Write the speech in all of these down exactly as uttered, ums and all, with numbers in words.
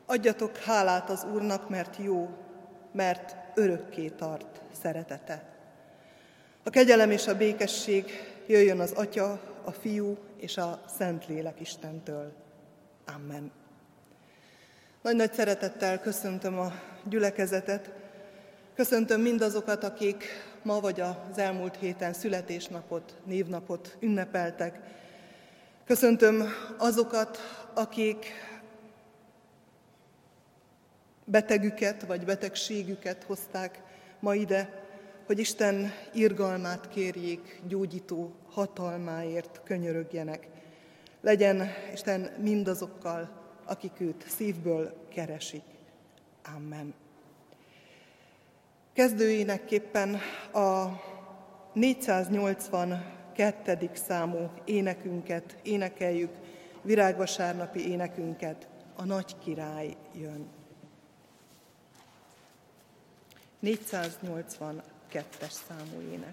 Adjatok hálát az Úrnak, mert jó, mert örökké tart szeretete. A kegyelem és a békesség jöjjön az Atya, a Fiú és a Szentlélek Istentől. Amen. Nagy-nagy szeretettel köszöntöm a gyülekezetet, köszöntöm mindazokat, akik ma vagy az elmúlt héten születésnapot, névnapot ünnepeltek. Köszöntöm azokat, akik betegüket vagy betegségüket hozták ma ide, hogy Isten irgalmát kérjék, gyógyító hatalmáért könyörögjenek. Legyen Isten mindazokkal, akik őt szívből keresik. Amen. Kezdőénekképpen a négyszáznyolcvankettedik számú énekünket énekeljük, virágvasárnapi énekünket, a Nagy Király jön. négyszáznyolcvankettes számú ének.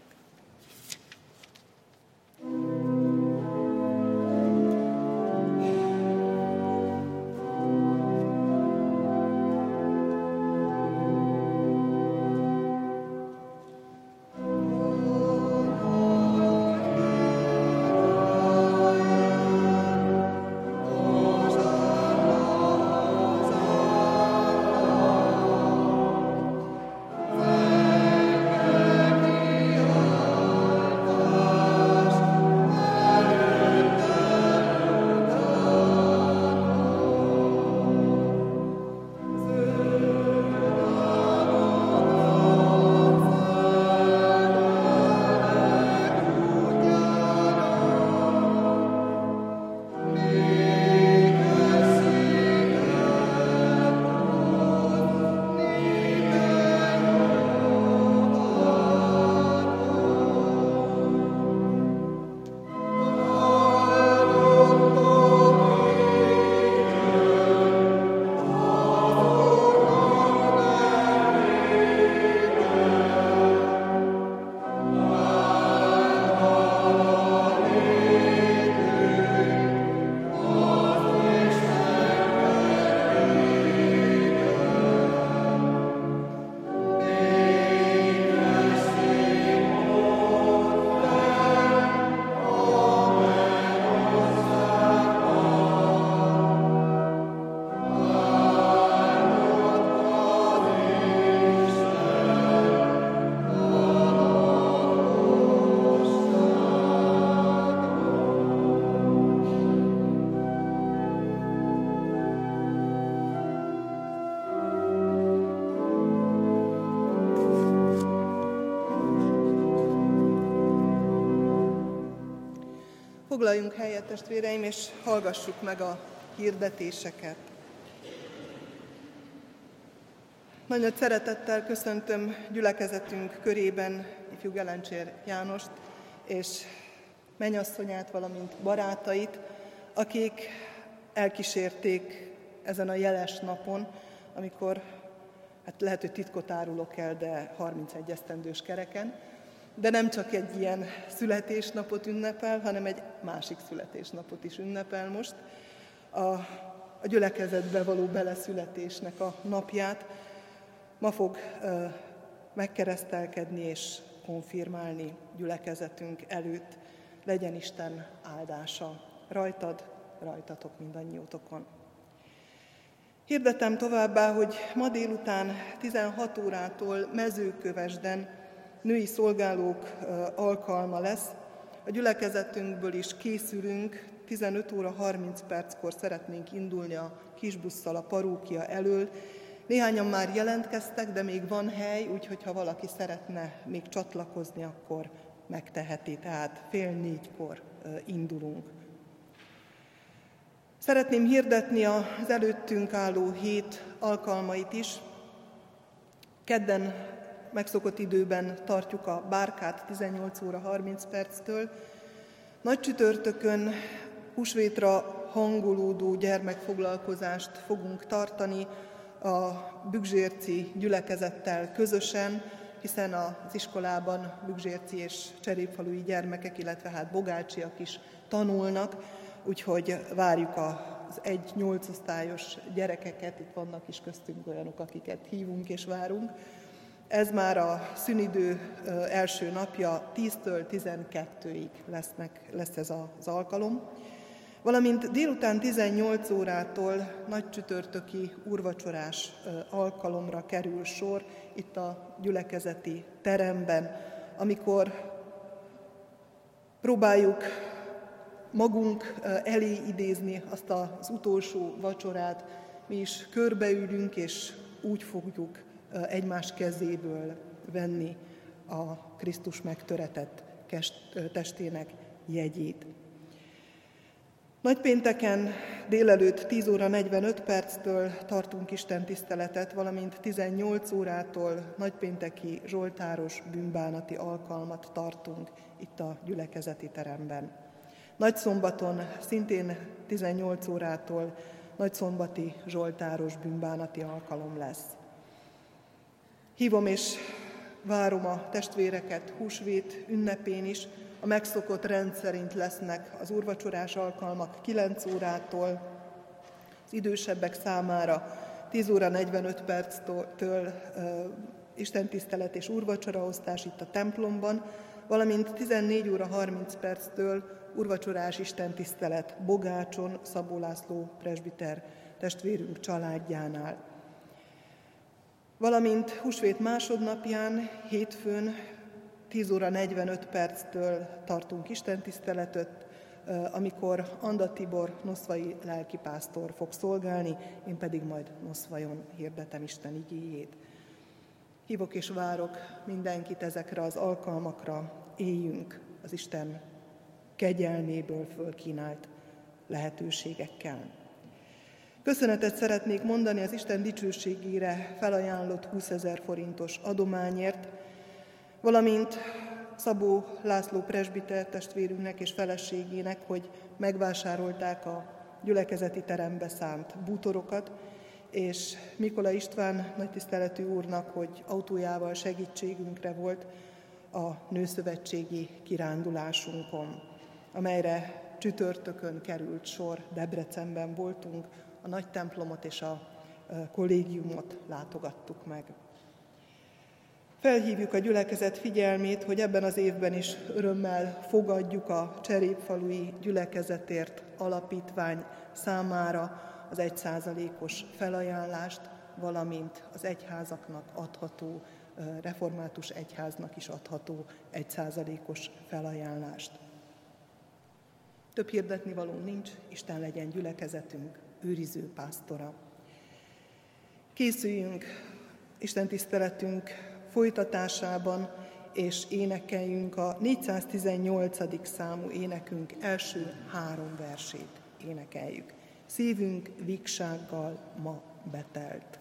Foglaljunk helyet, testvéreim, és hallgassuk meg a hirdetéseket. Nagy szeretettel köszöntöm gyülekezetünk körében ifjú Gelencsér Jánost és mennyasszonyát, valamint barátait, akik elkísérték ezen a jeles napon, amikor, hát lehet, hogy titkot árulok el, de harmincegy esztendős kereken, de nem csak egy ilyen születésnapot ünnepel, hanem egy másik születésnapot is ünnepel most, a, a gyülekezetbe való beleszületésnek a napját. Ma fog ö, megkeresztelkedni és konfirmálni gyülekezetünk előtt. Legyen Isten áldása rajtad, rajtatok mindannyiótokon. Hirdetem továbbá, hogy ma délután tizenhat órától Mezőkövesden női szolgálók alkalma lesz. A gyülekezetünkből is készülünk, tizenöt óra harminc perckor szeretnénk indulni a kisbusszal a parókia elől. Néhányan már jelentkeztek, de még van hely, úgyhogy ha valaki szeretne még csatlakozni, akkor megteheti, tehát fél négykor indulunk. Szeretném hirdetni az előttünk álló hét alkalmait is. Kedden megszokott időben tartjuk a bárkát tizennyolc óra harminc perctől. Nagy csütörtökön húsvétra hangolódó gyermekfoglalkozást fogunk tartani a bükzsérci gyülekezettel közösen, hiszen az iskolában bükzsérci és cserépfalui gyermekek, illetve hát bogácsiak is tanulnak. úgyhogy várjuk az egy nyolc osztályos gyerekeket, itt vannak is köztünk olyanok, akiket hívunk és várunk. Ez már a szünidő első napja, tíztől tizenkettőig lesznek, lesz ez az alkalom. Valamint délután tizennyolc órától nagy csütörtöki úrvacsorás alkalomra kerül sor itt a gyülekezeti teremben, amikor próbáljuk magunk elé idézni azt az utolsó vacsorát, mi is körbeülünk, és úgy fogjuk egymás kezéből venni a Krisztus megtöretett testének jegyét. Nagypénteken délelőtt tíz óra negyvenöt perctől tartunk istentiszteletet, valamint tizennyolc órától nagypénteki zsoltáros bűnbánati alkalmat tartunk itt a gyülekezeti teremben. Nagyszombaton szintén tizennyolc órától nagyszombati zsoltáros bűnbánati alkalom lesz. Hívom és várom a testvéreket húsvét ünnepén is. A megszokott rend szerint lesznek az úrvacsorás alkalmak kilenc órától, az idősebbek számára tíz óra negyvenöt perctől uh, istentisztelet és úrvacsoraosztás itt a templomban, valamint tizennégy óra harminc perctől úrvacsorás istentisztelet Bogácson, Szabó László presbiter testvérünk családjánál. Valamint húsvét másodnapján, hétfőn tíz óra negyvenöt perctől tartunk istentiszteletet, amikor Anda Tibor noszvai lelkipásztor fog szolgálni, én pedig majd Noszvajon hirdetem Isten igéjét. Hívok és várok mindenkit ezekre az alkalmakra, éljünk az Isten kegyelméből fölkínált lehetőségekkel. Köszönetet szeretnék mondani az Isten dicsőségére felajánlott húszezer forintos adományért, valamint Szabó László presbiter testvérünknek és feleségének, hogy megvásárolták a gyülekezeti terembe szánt bútorokat, és Mikola István nagytiszteletű úrnak, hogy autójával segítségünkre volt a nőszövetségi kirándulásunkon, amelyre csütörtökön került sor, Debrecenben voltunk, a nagy templomot és a kollégiumot látogattuk meg. Felhívjuk a gyülekezet figyelmét, hogy ebben az évben is örömmel fogadjuk a Cserépfalui Gyülekezetért Alapítvány számára az egy százalékos felajánlást, valamint az egyházaknak adható, református egyháznak is adható egy százalékos felajánlást. Több hirdetnivalónk nincs, Isten legyen gyülekezetünk őriző pásztora. Készüljünk istentiszteletünk folytatásában, és énekeljünk a négyszáztizennyolcadik számú énekünk első három versét énekeljük. Szívünk vígsággal ma betelt.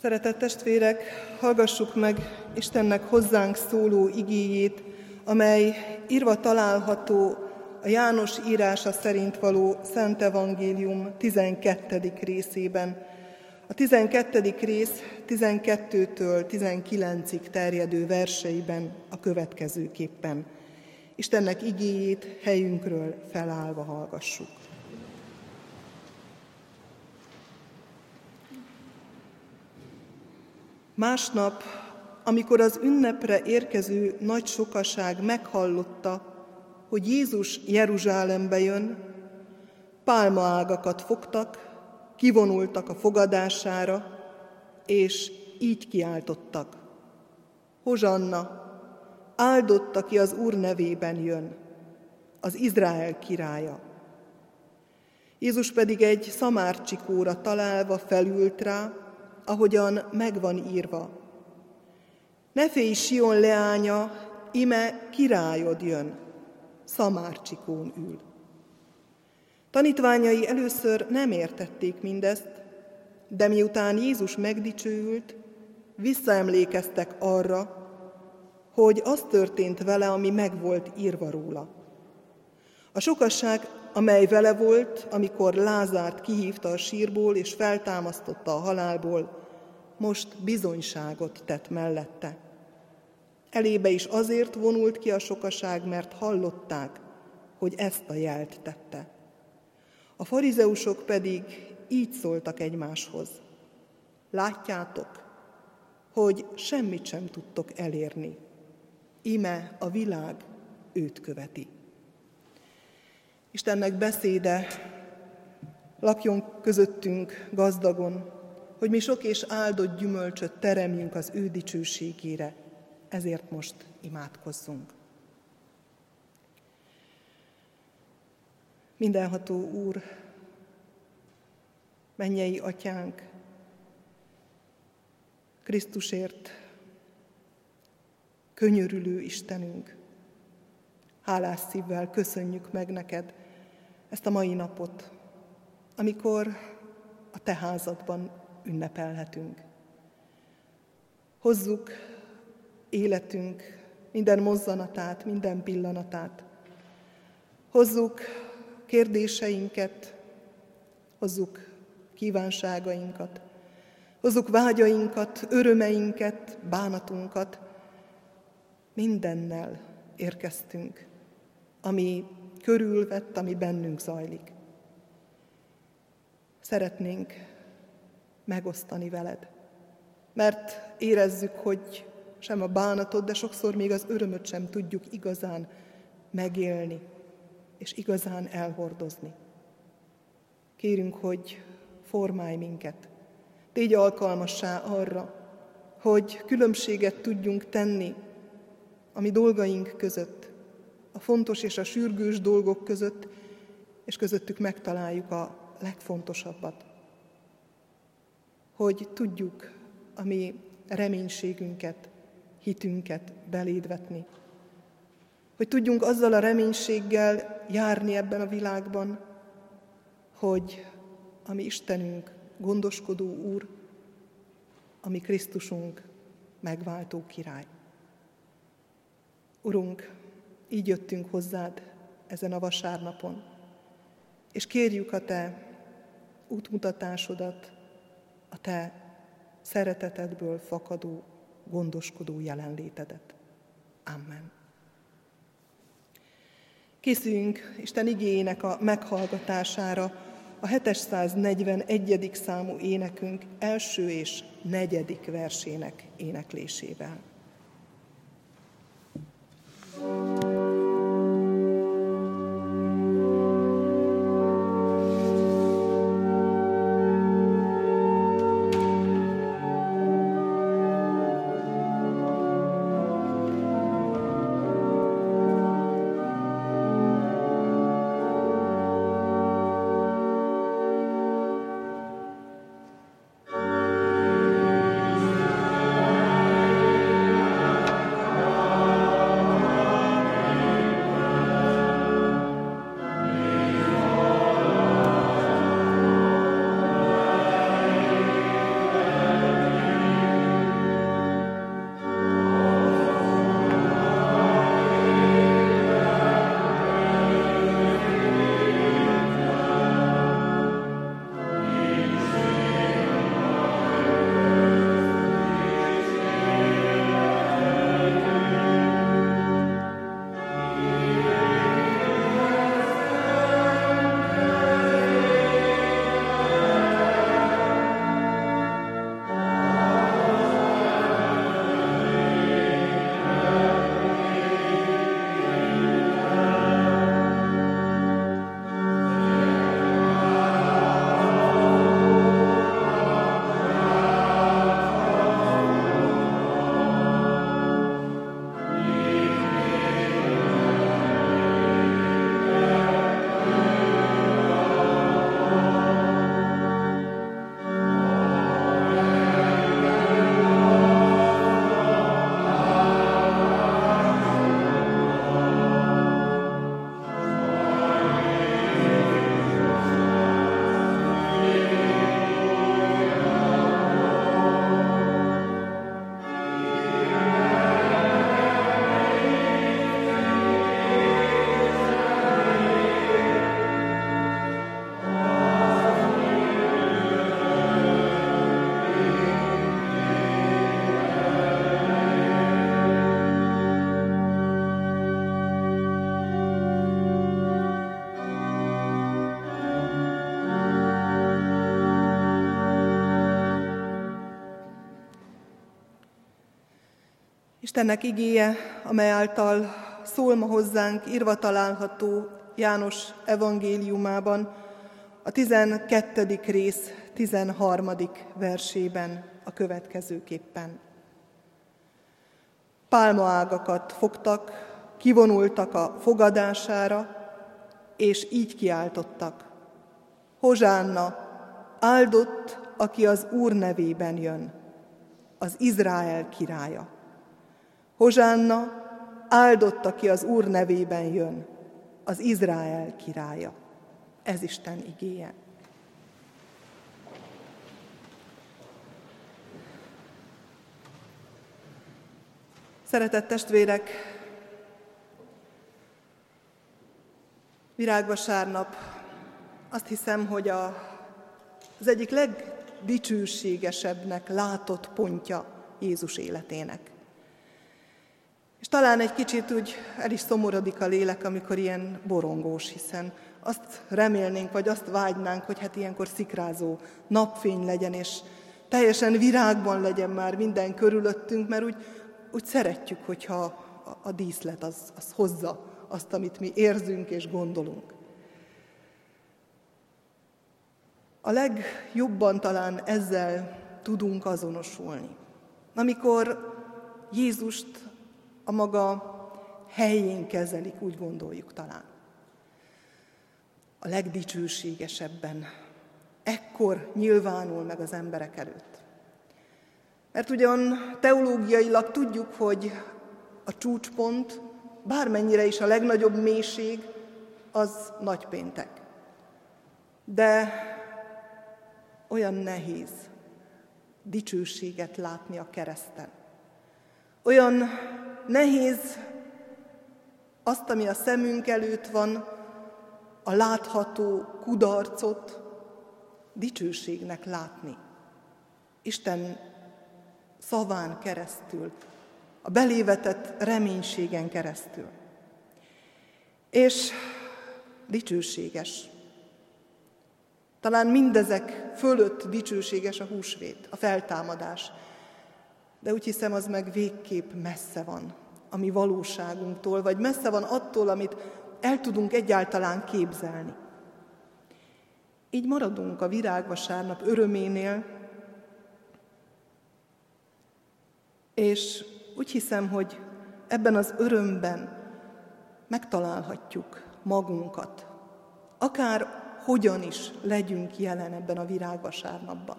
Szeretett testvérek, hallgassuk meg Istennek hozzánk szóló igéjét, amely írva található a János írása szerint való Szent Evangélium tizenkettedik részében. A tizenkettedik rész tizenkettőtől tizenkilencig terjedő verseiben a következőképpen. Istennek igéjét helyünkről felállva hallgassuk. Másnap, amikor az ünnepre érkező nagy sokaság meghallotta, hogy Jézus Jeruzsálembe jön, pálmaágakat fogtak, kivonultak a fogadására, és így kiáltottak: Hozsanna, áldott, aki az Úr nevében jön, az Izrael királya. Jézus pedig egy szamárcsikóra találva felült rá, ahogyan megvan írva: Ne félj, Sion leánya, ime királyod jön, szamárcsikón ül. Tanítványai először nem értették mindezt, de miután Jézus megdicsőült, visszaemlékeztek arra, hogy az történt vele, ami meg volt írva róla. A sokaság, amely vele volt, amikor Lázárt kihívta a sírból és feltámasztotta a halálból, most bizonyságot tett mellette. Elébe is azért vonult ki a sokaság, mert hallották, hogy ezt a jelt tette. A farizeusok pedig így szóltak egymáshoz: Látjátok, hogy semmit sem tudtok elérni. Íme a világ őt követi. Istennek beszéde lakjon közöttünk gazdagon, hogy mi sok és áldott gyümölcsöt teremjünk az ő dicsőségére. Ezért most imádkozzunk. Mindenható Úr, mennyei Atyánk, Krisztusért könyörülő Istenünk, hálás szívvel köszönjük meg neked ezt a mai napot, amikor a te házadban ünnepelhetünk. Hozzuk életünk minden mozzanatát, minden pillanatát. Hozzuk kérdéseinket, hozzuk kívánságainkat, hozzuk vágyainkat, örömeinket, bánatunkat. Mindennel érkeztünk, ami körülvett, ami bennünk zajlik. Szeretnénk megosztani veled, mert érezzük, hogy sem a bánatot, de sokszor még az örömöt sem tudjuk igazán megélni, és igazán elhordozni. Kérünk, hogy formálj minket, tégy alkalmassá arra, hogy különbséget tudjunk tenni a mi dolgaink között, a fontos és a sürgős dolgok között, és közöttük megtaláljuk a legfontosabbat. Hogy tudjuk a mi reménységünket, hitünket beléd vetni. Hogy tudjunk azzal a reménységgel járni ebben a világban, hogy a mi Istenünk gondoskodó Úr, a mi Krisztusunk megváltó király. Urunk, így jöttünk hozzád ezen a vasárnapon, és kérjük a te útmutatásodat, a te szeretetedből fakadó, gondoskodó jelenlétedet. Amen. Készüljünk Isten igéjének a meghallgatására a hétszáznegyvenegyedik számú énekünk első és negyedik versének éneklésével. Thank you. Istennek igéje, amely által szól ma hozzánk, írva található János evangéliumában, a tizenkettedik rész tizenharmadik versében a következőképpen. Pálmaágakat fogtak, kivonultak a fogadására, és így kiáltottak: Hozsánna, áldott, aki az Úr nevében jön, az Izrael királya. Hozsánna, áldott, aki az Úr nevében jön, az Izrael királya. Ez Isten igéje. Szeretett testvérek, virágvasárnap azt hiszem, hogy a, az egyik legdicsőségesebbnek látott pontja Jézus életének. És talán egy kicsit úgy el is szomorodik a lélek, amikor ilyen borongós, hiszen azt remélnénk, vagy azt vágynánk, hogy hát ilyenkor szikrázó napfény legyen, és teljesen virágban legyen már minden körülöttünk, mert úgy, úgy szeretjük, hogyha a, a díszlet az, az hozza azt, amit mi érzünk és gondolunk. A legjobban talán ezzel tudunk azonosulni, amikor Jézust a maga helyén kezelik, úgy gondoljuk talán. A legdicsőségesebben. Ekkor nyilvánul meg az emberek előtt. Mert ugyan teológiailag tudjuk, hogy a csúcspont, bármennyire is a legnagyobb mélység, az nagypéntek. De olyan nehéz dicsőséget látni a kereszten. Olyan nehéz azt, ami a szemünk előtt van, a látható kudarcot dicsőségnek látni. Isten szaván keresztül, a belévetett reménységen keresztül. És dicsőséges. Talán mindezek fölött dicsőséges a húsvét, a feltámadás. De úgy hiszem, az meg végképp messze van a mi valóságunktól, vagy messze van attól, amit el tudunk egyáltalán képzelni. Így maradunk a virágvasárnap öröménél, és úgy hiszem, hogy ebben az örömben megtalálhatjuk magunkat, akár hogyan is legyünk jelen ebben a virágvasárnapban.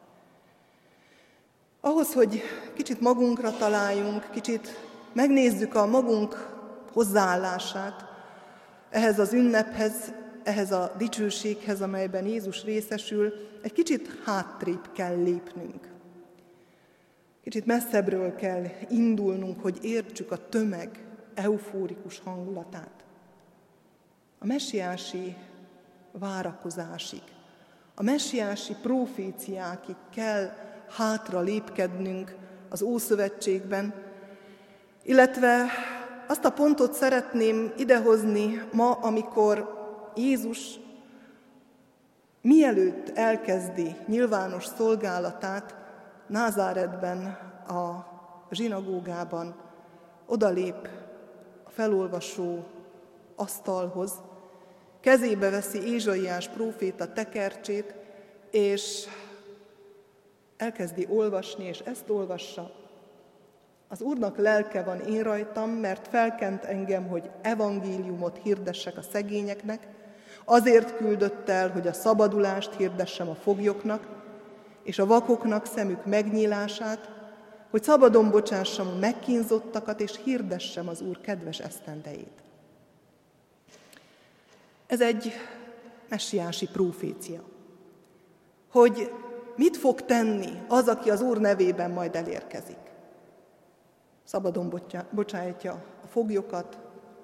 Ahhoz, hogy kicsit magunkra találjunk, kicsit megnézzük a magunk hozzáállását ehhez az ünnephez, ehhez a dicsőséghez, amelyben Jézus részesül, egy kicsit hátrébb kell lépnünk. Kicsit messzebbről kell indulnunk, hogy értsük a tömeg eufórikus hangulatát. A messiási várakozásig, a messiási proféciákig kell hátra lépkednünk az Ószövetségben, illetve azt a pontot szeretném idehozni ma, amikor Jézus mielőtt elkezdi nyilvános szolgálatát, Názáretben, a zsinagógában odalép a felolvasó asztalhoz, kezébe veszi Ézsaiás próféta tekercsét, és elkezdi olvasni, és ezt olvassa. Az Úrnak lelke van én rajtam, mert felkent engem, hogy evangéliumot hirdessek a szegényeknek, azért küldött el, hogy a szabadulást hirdessem a foglyoknak, és a vakoknak szemük megnyílását, hogy szabadon bocsássam a megkínzottakat, és hirdessem az Úr kedves esztendejét. Ez egy messiási profécia, hogy mit fog tenni az, aki az Úr nevében majd elérkezik. Szabadon bocsájtja a foglyokat,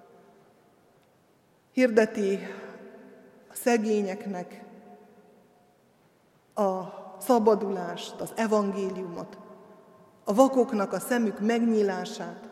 hirdeti a szegényeknek a szabadulást, az evangéliumot, a vakoknak a szemük megnyílását,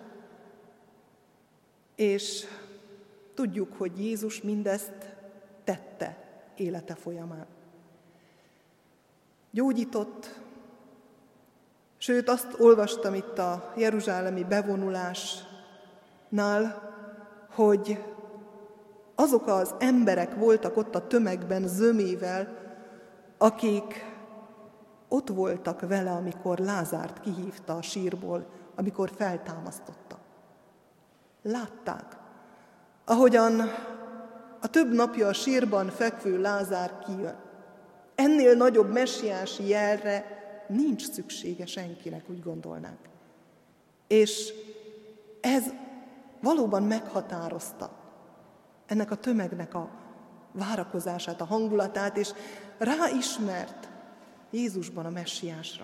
és tudjuk, hogy Jézus mindezt tette élete folyamán. Gyógyított, Sőt, azt olvastam itt a jeruzsálemi bevonulásnál, hogy azok az emberek voltak ott a tömegben zömével, akik ott voltak vele, amikor Lázárt kihívta a sírból, amikor feltámasztotta. Látták, ahogyan a több napja a sírban fekvő Lázár kijön. Ennél nagyobb messiási jelre nincs szüksége senkinek, úgy gondolnánk. És ez valóban meghatározta ennek a tömegnek a várakozását, a hangulatát, és ráismert Jézusban a messiásra.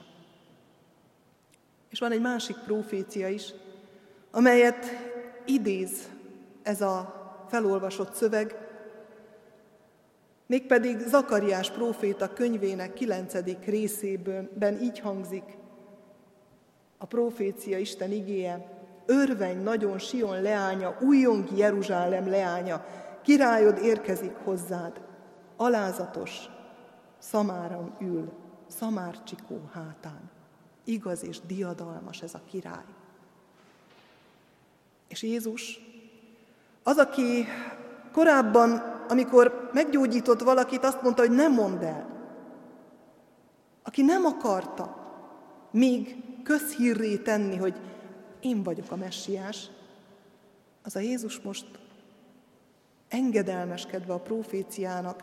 És van egy másik prófécia is, amelyet idéz ez a felolvasott szöveg, mégpedig Zakariás próféta könyvének kilencedik részében így hangzik a prófécia Isten igéje: örvenj nagyon Sion leánya, újjong ki Jeruzsálem leánya, királyod érkezik hozzád, alázatos, szamáron ül, szamárcsikó hátán. Igaz és diadalmas ez a király. És Jézus, az, aki korábban, amikor meggyógyított valakit, azt mondta, hogy nem mondd el. Aki nem akarta még közhírré tenni, hogy én vagyok a messiás, az a Jézus most engedelmeskedve a próféciának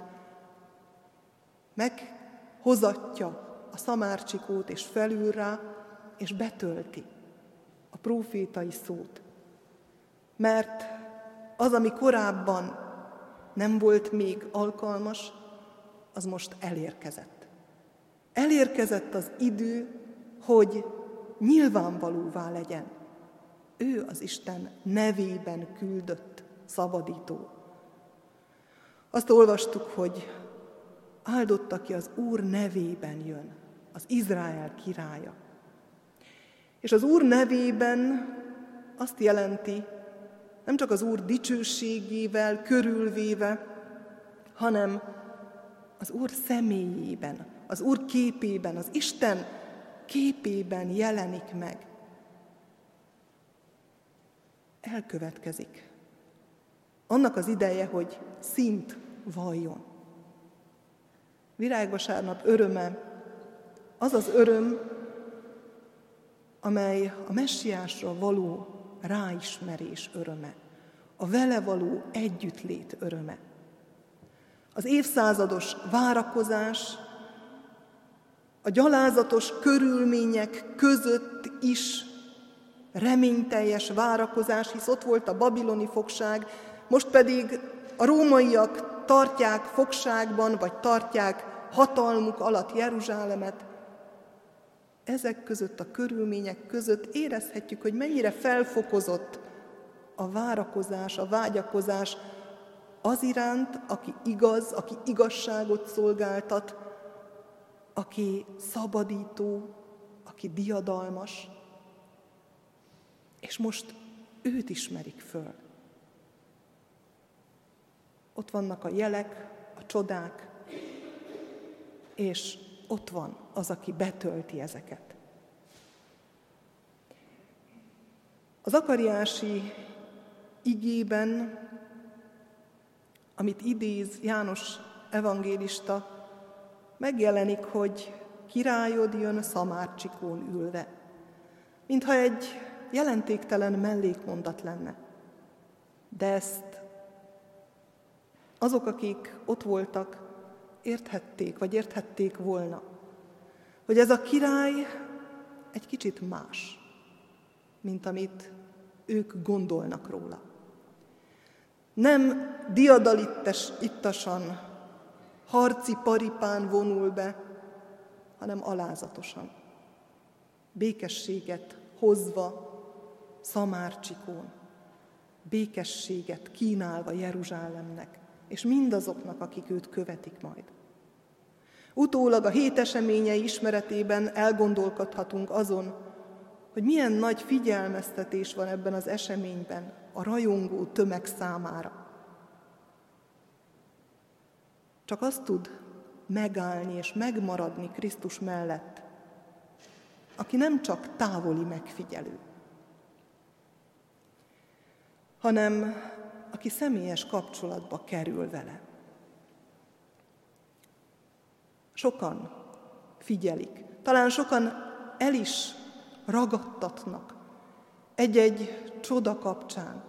meghozatja a szamárcsikót, és felül rá, és betölti a prófétai szót. Mert az, ami korábban nem volt még alkalmas, az most elérkezett. Elérkezett az idő, hogy nyilvánvalóvá legyen. Ő az Isten nevében küldött szabadító. Azt olvastuk, hogy áldott, aki az Úr nevében jön, az Izrael királya. És az Úr nevében azt jelenti, nem csak az Úr dicsőségével körülvéve, hanem az Úr személyében, az Úr képében, az Isten képében jelenik meg. Elkövetkezik annak az ideje, hogy színt valljon. Virágvasárnap öröme az az öröm, amely a messiásra való ráismerés öröme, a vele való együttlét öröme. Az évszázados várakozás, a gyalázatos körülmények között is reményteljes várakozás, hisz ott volt a babiloni fogság, most pedig a rómaiak tartják fogságban, vagy tartják hatalmuk alatt Jeruzsálemet. Ezek között, a körülmények között érezhetjük, hogy mennyire felfokozott a várakozás, a vágyakozás az iránt, aki igaz, aki igazságot szolgáltat, aki szabadító, aki diadalmas. És most őt ismerik föl. Ott vannak a jelek, a csodák, és ott van az, aki betölti ezeket. Az zakariási igében, amit idéz János evangélista, megjelenik, hogy királyod jön szamárcsikón ülve, mintha egy jelentéktelen mellékmondat lenne. De ezt azok, akik ott voltak, érthették, vagy érthették volna, hogy ez a király egy kicsit más, mint amit ők gondolnak róla. Nem diadalittasan, harci paripán vonul be, hanem alázatosan. Békességet hozva szamárcsikón, békességet kínálva Jeruzsálemnek, és mindazoknak, akik őt követik majd. Utólag a hét eseményei ismeretében elgondolkodhatunk azon, hogy milyen nagy figyelmeztetés van ebben az eseményben a rajongó tömeg számára. Csak azt tud megállni és megmaradni Krisztus mellett, aki nem csak távoli megfigyelő, hanem aki személyes kapcsolatba kerül vele. Sokan figyelik, talán sokan el is ragadtatnak egy-egy csoda kapcsán,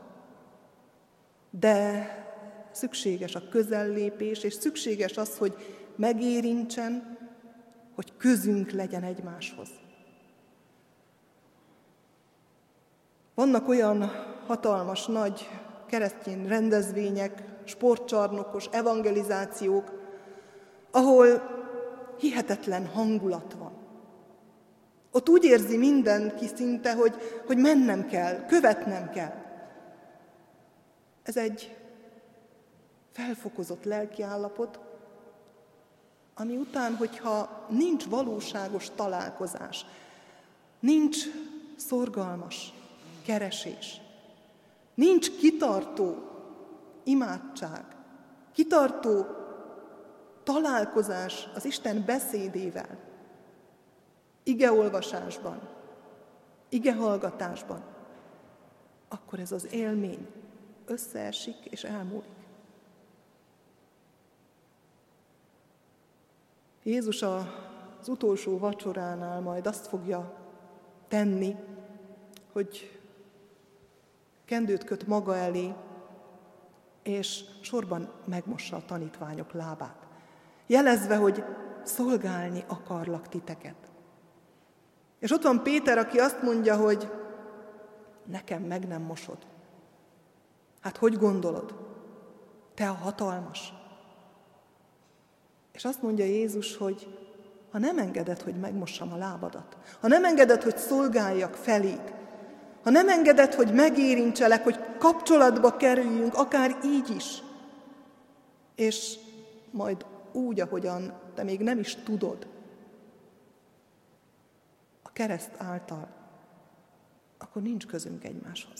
de szükséges a közellépés, és szükséges az, hogy megérintsen, hogy közünk legyen egymáshoz. Vannak olyan hatalmas, nagy keresztény rendezvények, sportcsarnokos, evangelizációk, ahol hihetetlen hangulat van. Ott úgy érzi mindenki szinte, hogy, hogy mennem kell, követnem kell. Ez egy felfokozott lelkiállapot, ami után, hogyha nincs valóságos találkozás, nincs szorgalmas keresés, nincs kitartó imádság, kitartó találkozás az Isten beszédével, igeolvasásban, igehallgatásban, akkor ez az élmény összeesik és elmúlik. Jézus az utolsó vacsoránál majd azt fogja tenni, hogy kendőt köt maga elé, és sorban megmossa a tanítványok lábát, jelezve, hogy szolgálni akarlak titeket. És ott van Péter, aki azt mondja, hogy nekem meg nem mosod. Hát hogy gondolod? Te a hatalmas. És azt mondja Jézus, hogy ha nem engeded, hogy megmossam a lábadat, ha nem engeded, hogy szolgáljak feléd, ha nem engeded, hogy megérintselek, hogy kapcsolatba kerüljünk, akár így is, és majd úgy, ahogyan te még nem is tudod, a kereszt által, akkor nincs közünk egymáshoz.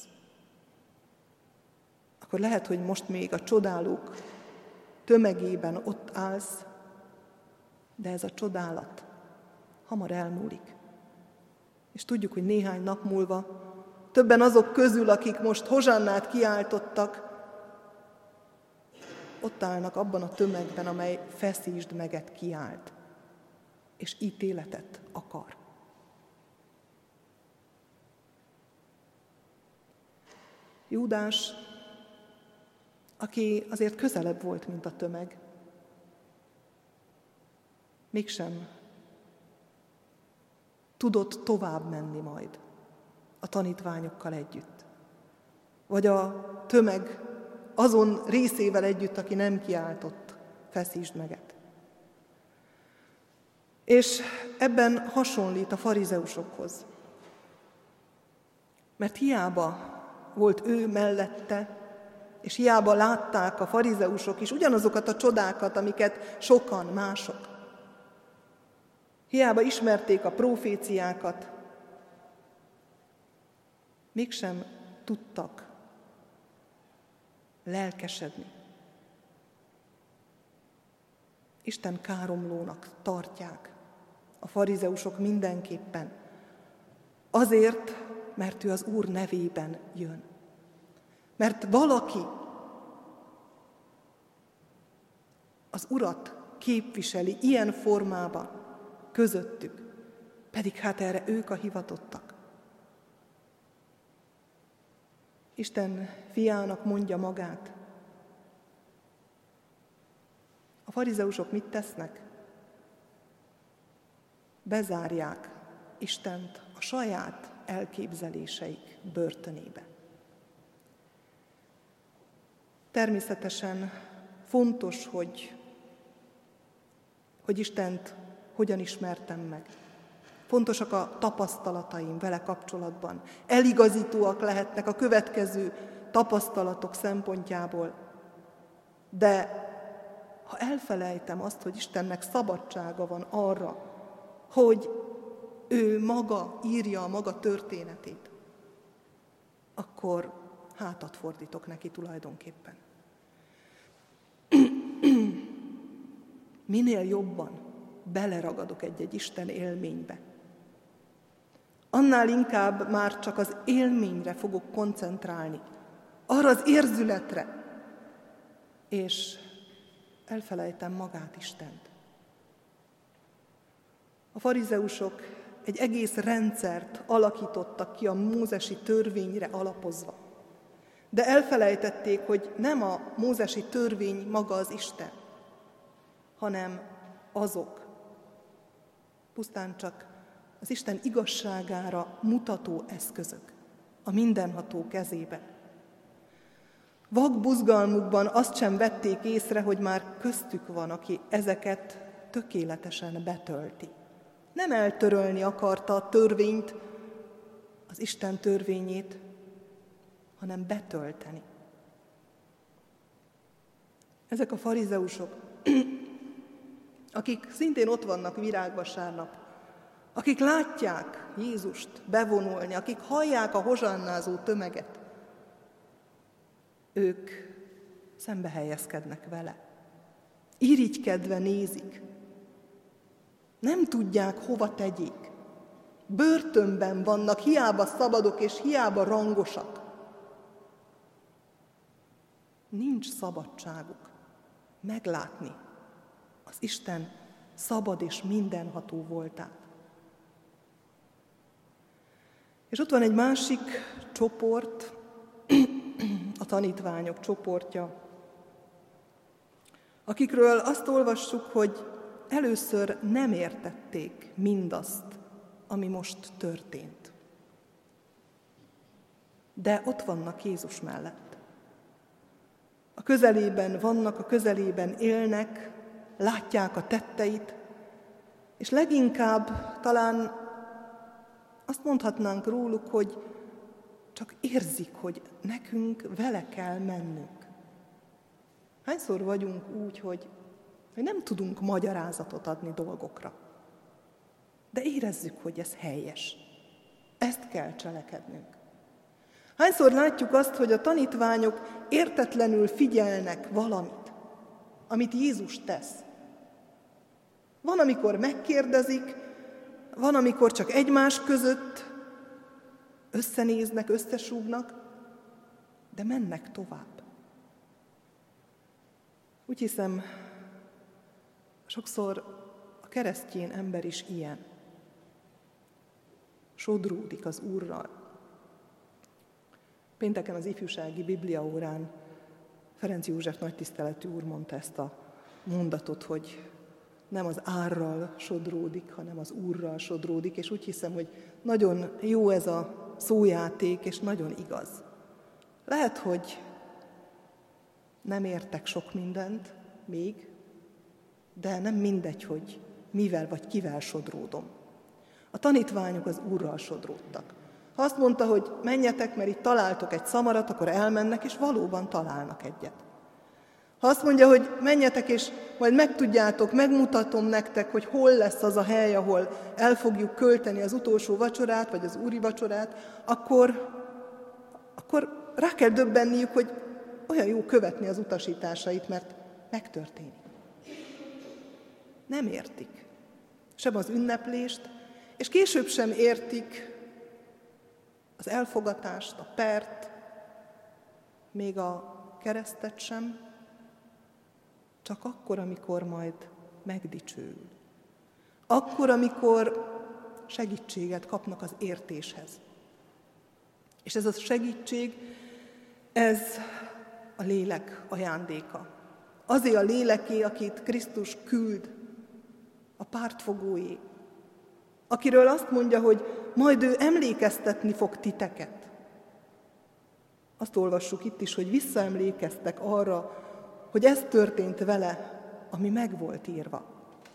Akkor lehet, hogy most még a csodálók tömegében ott állsz, de ez a csodálat hamar elmúlik. És tudjuk, hogy néhány nap múlva többen azok közül, akik most hozsannát kiáltottak, ott állnak abban a tömegben, amely feszítsd meget kiált, és ítéletet akar. Júdás, aki azért közelebb volt, mint a tömeg, mégsem tudott tovább menni majd a tanítványokkal együtt. Vagy a tömeg azon részével együtt, aki nem kiáltott, feszítsd meget. És ebben hasonlít a farizeusokhoz. Mert hiába volt ő mellette, és hiába látták a farizeusok is ugyanazokat a csodákat, amiket sokan mások. Hiába ismerték a proféciákat, mégsem tudtak lelkesedni. Isten káromlónak tartják a farizeusok mindenképpen. Azért, mert ő az Úr nevében jön. Mert valaki az Urat képviseli ilyen formában közöttük, pedig hát erre ők a hivatottak. Isten fiának mondja magát. A farizeusok mit tesznek? Bezárják Istent a saját elképzeléseik börtönébe. Természetesen fontos, hogy, hogy Istent hogyan ismertem meg. Fontosak a tapasztalataim vele kapcsolatban. Eligazítóak lehetnek a következő tapasztalatok szempontjából. De ha elfelejtem azt, hogy Istennek szabadsága van arra, hogy ő maga írja a maga történetét, akkor hátat fordítok neki tulajdonképpen. Minél jobban beleragadok egy-egy Isten élménybe, annál inkább már csak az élményre fogok koncentrálni, arra az érzületre, és elfelejtem magát, Istent. A farizeusok egy egész rendszert alakítottak ki a mózesi törvényre alapozva, de elfelejtették, hogy nem a mózesi törvény maga az Isten, hanem azok, pusztán csak az Isten igazságára mutató eszközök a mindenható kezében. Vak buzgalmukban azt sem vették észre, hogy már köztük van, aki ezeket tökéletesen betölti. Nem eltörölni akarta a törvényt, az Isten törvényét, hanem betölteni. Ezek a farizeusok, akik szintén ott vannak virágvasárnap, akik látják Jézust bevonulni, akik hallják a hozsannázó tömeget, ők szembe helyezkednek vele. Irigykedve nézik. Nem tudják, hova tegyék. Börtönben vannak, hiába szabadok és hiába rangosak. Nincs szabadságuk meglátni az Isten szabad és mindenható voltát. És ott van egy másik csoport, a tanítványok csoportja, akikről azt olvassuk, hogy először nem értették mindazt, ami most történt. De ott vannak Jézus mellett. A közelében vannak, a közelében élnek, látják a tetteit, és leginkább talán azt mondhatnánk róluk, hogy csak érzik, hogy nekünk vele kell mennünk. Hányszor vagyunk úgy, hogy, hogy nem tudunk magyarázatot adni dolgokra, de érezzük, hogy ez helyes. Ezt kell cselekednünk. Hányszor látjuk azt, hogy a tanítványok értetlenül figyelnek valamit, amit Jézus tesz. Van, amikor megkérdezik, van, amikor csak egymás között összenéznek, összesúgnak, de mennek tovább. Úgy hiszem, sokszor a keresztény ember is ilyen. Sodródik az Úrral. Pénteken az ifjúsági bibliaórán Ferenc József nagytiszteletű úr mondta ezt a mondatot, hogy nem az árral sodródik, hanem az Úrral sodródik, és úgy hiszem, hogy nagyon jó ez a szójáték, és nagyon igaz. Lehet, hogy nem értek sok mindent még, de nem mindegy, hogy mivel vagy kivel sodródom. A tanítványok az Úrral sodródtak. Ha azt mondta, hogy menjetek, mert itt találtok egy szamarat, akkor elmennek, és valóban találnak egyet. Ha azt mondja, hogy menjetek, és majd megtudjátok, megmutatom nektek, hogy hol lesz az a hely, ahol el fogjuk költeni az utolsó vacsorát, vagy az úri vacsorát, akkor, akkor rá kell döbbenniük, hogy olyan jó követni az utasításait, mert megtörténik. Nem értik sem az ünneplést, és később sem értik az elfogatást, a pert, még a keresztet sem, csak akkor, amikor majd megdicsőül. Akkor, amikor segítséget kapnak az értéshez. És ez a segítség, ez a lélek ajándéka. Azért a léleké, akit Krisztus küld, a pártfogóé, akiről azt mondja, hogy majd ő emlékeztetni fog titeket. Azt olvassuk itt is, hogy visszaemlékeztek arra, hogy ez történt vele, ami meg volt írva.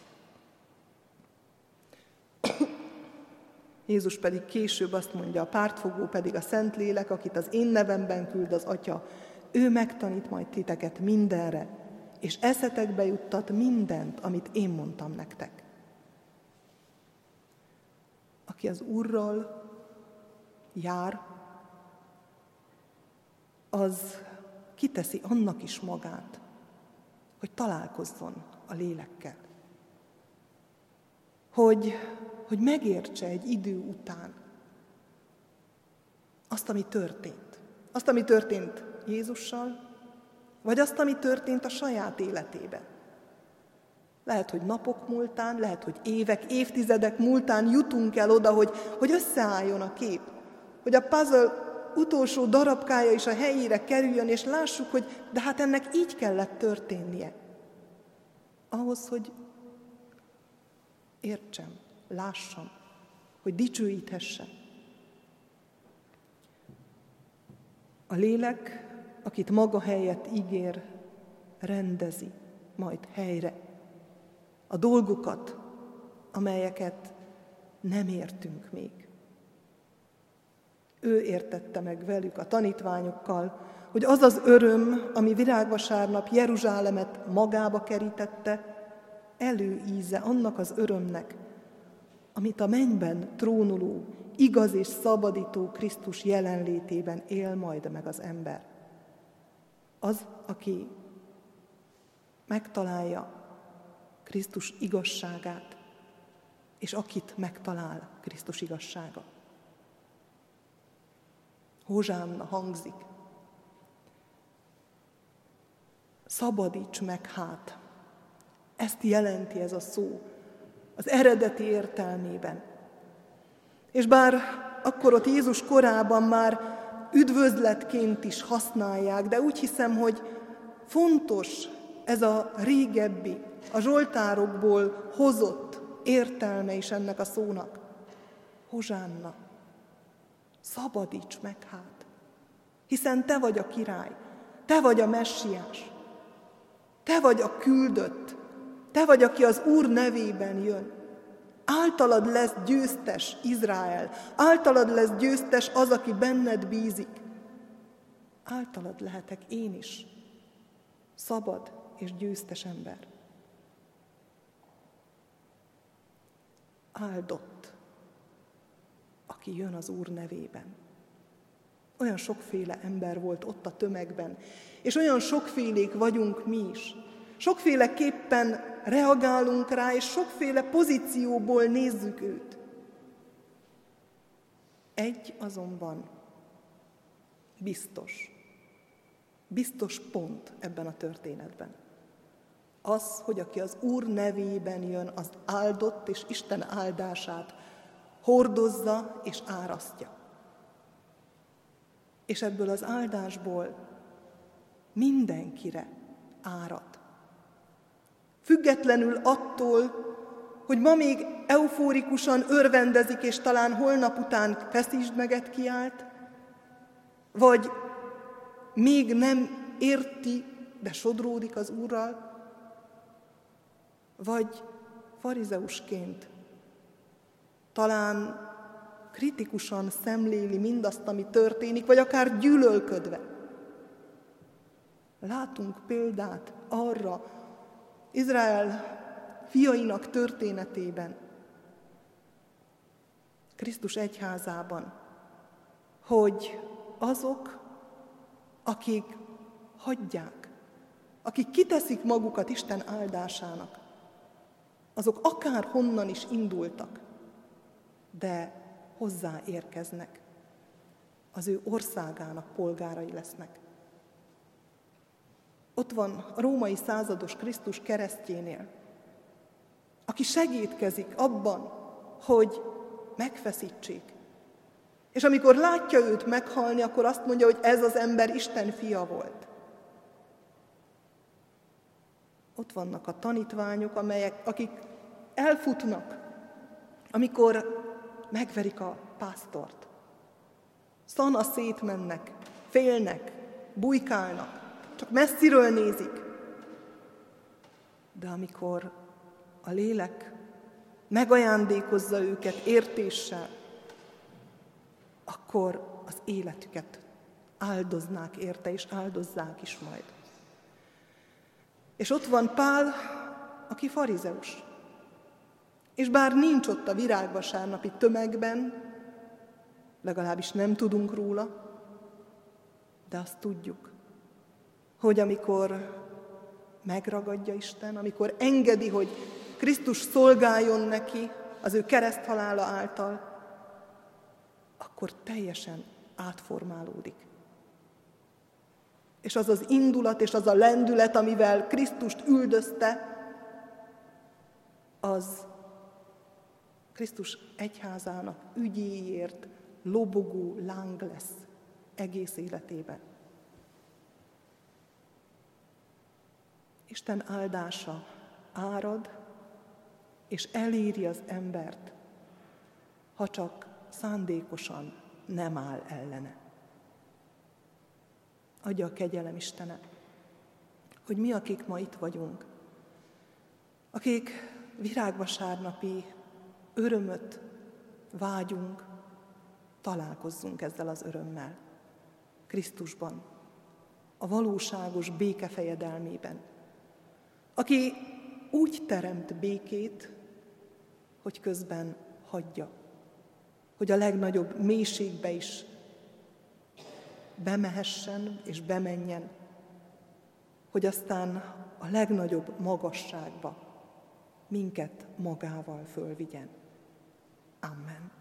Jézus pedig később azt mondja, a pártfogó pedig a Szentlélek, akit az én nevemben küld az Atya, ő megtanít majd titeket mindenre, és eszetekbe juttat mindent, amit én mondtam nektek. Aki az Úrral jár, az kiteszi annak is magát, hogy találkozzon a lélekkel. Hogy, hogy megértse egy idő után, Azt, ami történt. Azt, ami történt Jézussal, vagy azt, ami történt a saját életében. Lehet, hogy napok múltán, lehet, hogy évek, évtizedek múltán jutunk el oda, hogy, hogy összeálljon a kép. Hogy a puzzle utolsó darabkája is a helyére kerüljön, és lássuk, hogy de hát ennek így kellett történnie. Ahhoz, hogy értsem, lássam, hogy dicsőíthessem. A lélek, akit maga helyett ígér, rendezi majd helyre a dolgokat, amelyeket nem értünk még. Ő értette meg velük, a tanítványokkal, hogy az az öröm, ami virágvasárnap Jeruzsálemet magába kerítette, előíze annak az örömnek, amit a mennyben trónuló, igaz és szabadító Krisztus jelenlétében él majd meg az ember. Az, aki megtalálja Krisztus igazságát, és akit megtalál Krisztus igazsága. Hozsánna hangzik. Szabadíts meg hát. Ezt jelenti ez a szó az eredeti értelmében. És bár akkor ott Jézus korában már üdvözletként is használják, de úgy hiszem, hogy fontos ez a régebbi, a zsoltárokból hozott értelme is ennek a szónak. Hozsánna, szabadíts meg hát, hiszen te vagy a király, te vagy a messiás, te vagy a küldött, te vagy, aki az Úr nevében jön. Általad lesz győztes Izrael, általad lesz győztes az, aki benned bízik. Általad lehetek én is, szabad és győztes ember. Áldott, aki jön az Úr nevében. Olyan sokféle ember volt ott a tömegben, és olyan sokfélék vagyunk mi is. Sokféleképpen reagálunk rá, és sokféle pozícióból nézzük őt. Egy azonban biztos, biztos pont ebben a történetben. Az, hogy aki az Úr nevében jön, az áldott és Isten áldását hordozza és árasztja. És ebből az áldásból mindenkire árad. Függetlenül attól, hogy ma még eufórikusan örvendezik, és talán holnap után feszítsd meget kiált, vagy még nem érti, de sodródik az Úrral, vagy farizeusként talán kritikusan szemléli mindazt, ami történik, vagy akár gyűlölködve. Látunk példát arra Izrael fiainak történetében, Krisztus egyházában, hogy azok, akik hagyják, akik kiteszik magukat Isten áldásának, azok akár honnan is indultak, de hozzáérkeznek, az ő országának polgárai lesznek. Ott van a római százados Krisztus keresztjénél, aki segítkezik abban, hogy megfeszítsék. És amikor látja őt meghalni, akkor azt mondja, hogy ez az ember Isten fia volt. Ott vannak a tanítványok, amelyek, akik elfutnak, amikor megverik a pásztort. Szana szétmennek, félnek, bujkálnak, csak messziről nézik. De amikor a lélek megajándékozza őket értéssel, akkor az életüket áldoznák érte, és áldozzák is majd. És ott van Pál, aki farizeus. És bár nincs ott a virágvasárnapi tömegben, legalábbis nem tudunk róla, de azt tudjuk, hogy amikor megragadja Isten, amikor engedi, hogy Krisztus szolgáljon neki az ő kereszthalála által, akkor teljesen átformálódik. És az az indulat és az a lendület, amivel Krisztust üldözte, az Krisztus egyházának ügyéért lobogó láng lesz egész életében. Isten áldása árad, és eléri az embert, ha csak szándékosan nem áll ellene. Adja a kegyelem Istene, hogy mi, akik ma itt vagyunk, akik virágvasárnapi örömöt vágyunk, találkozzunk ezzel az örömmel Krisztusban, a valóságos béke fejedelmében, aki úgy teremt békét, hogy közben hagyja, hogy a legnagyobb mélységbe is bemehessen és bemenjen, hogy aztán a legnagyobb magasságba minket magával fölvigyen. Amen.